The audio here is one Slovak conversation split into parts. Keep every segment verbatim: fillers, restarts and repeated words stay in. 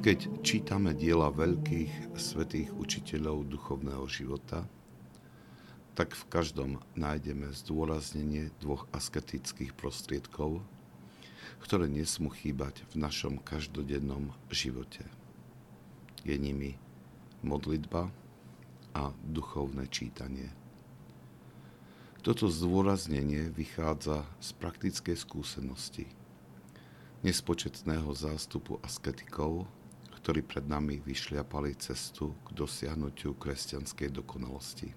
Keď čítame diela veľkých svätých učiteľov duchovného života, tak v každom nájdeme zdôraznenie dvoch asketických prostriedkov, ktoré nesmú chýbať v našom každodennom živote. Je nimi modlitba a duchovné čítanie. Toto zdôraznenie vychádza z praktickej skúsenosti nespočetného zástupu asketikov, ktorí pred nami vyšliapali cestu k dosiahnutiu kresťanskej dokonalosti.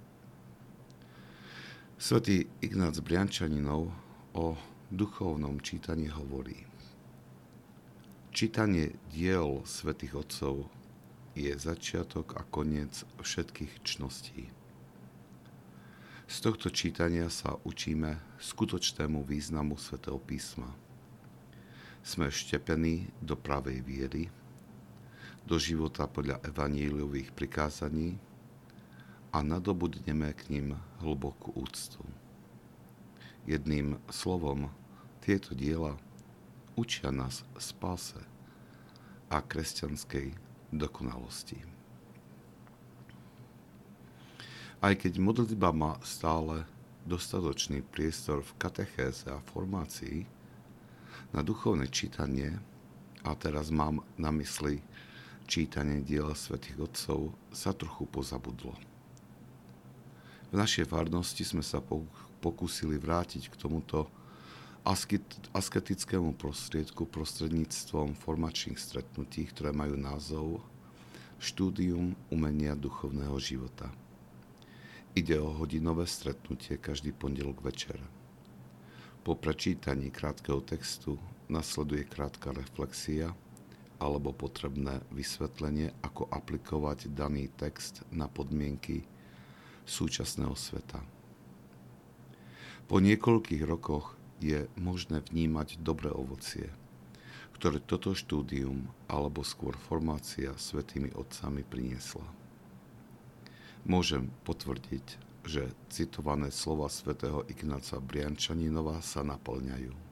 Svätý Ignác Briančaninov o duchovnom čítaní hovorí: Čítanie diel svätých otcov je začiatok a koniec všetkých čností. Z tohto čítania sa učíme skutočnému významu svätého písma. Sme vštepení do pravej viery, do života podľa evanjeliových prikázaní a nadobudneme k nim hlbokú úctu. Jedným slovom, tieto diela učia nás spáse a kresťanskej dokonalosti. Aj keď modlitba má stále dostatočný priestor v katechéze a formácii, na duchovné čítanie, a teraz mám na mysli čítanie diela svätých otcov, sa trochu pozabudlo. V našej farnosti sme sa pokúsili vrátiť k tomuto asketickému prostriedku prostredníctvom formačných stretnutí, ktoré majú názov Štúdium umenia duchovného života. Ide o hodinové stretnutie každý pondelok večer. Po prečítaní krátkeho textu nasleduje krátka reflexia alebo potrebné vysvetlenie, ako aplikovať daný text na podmienky súčasného sveta. Po niekoľkých rokoch je možné vnímať dobré ovocie, ktoré toto štúdium alebo skôr formácia svätými otcami priniesla. Môžem potvrdiť, že citované slova svätého Ignáca Briančaninova sa naplňajú.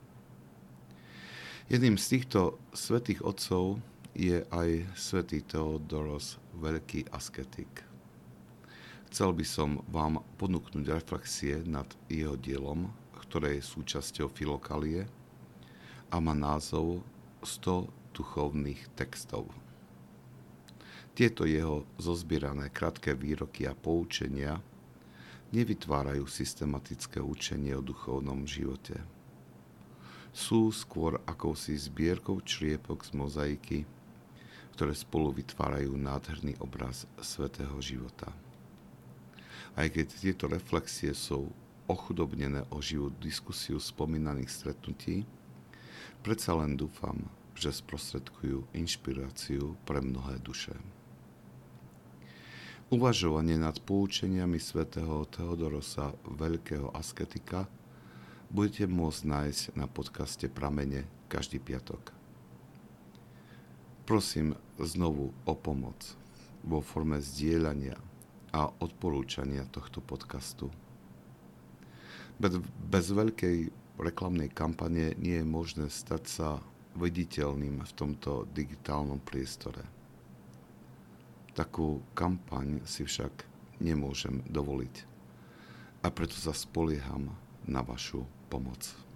Jedným z týchto svätých otcov je aj svätý Theodoros, veľký asketik. Chcel by som vám ponúknuť reflexie nad jeho dielom, ktoré je súčasťou Filokalie a má názov sto duchovných textov. Tieto jeho zozbierané krátke výroky a poučenia nevytvárajú systematické učenie o duchovnom živote. Sú skôr akousi zbierkou čriepok z mozaiky, ktoré spolu vytvárajú nádherný obraz svätého života. Aj keď tieto reflexie sú ochudobnené o živú diskusiu spomínaných stretnutí, predsa len dúfam, že sprostredkujú inšpiráciu pre mnohé duše. Uvažovanie nad poučeniami svätého Theodorosa, veľkého asketika, budete môcť nájsť na podcaste Pramene každý piatok. Prosím znovu o pomoc vo forme zdieľania a odporúčania tohto podcastu. Bez, bez veľkej reklamnej kampane nie je možné stať sa viditeľným v tomto digitálnom priestore. Takú kampaň si však nemôžem dovoliť a preto sa spolieham na vašu pomoc.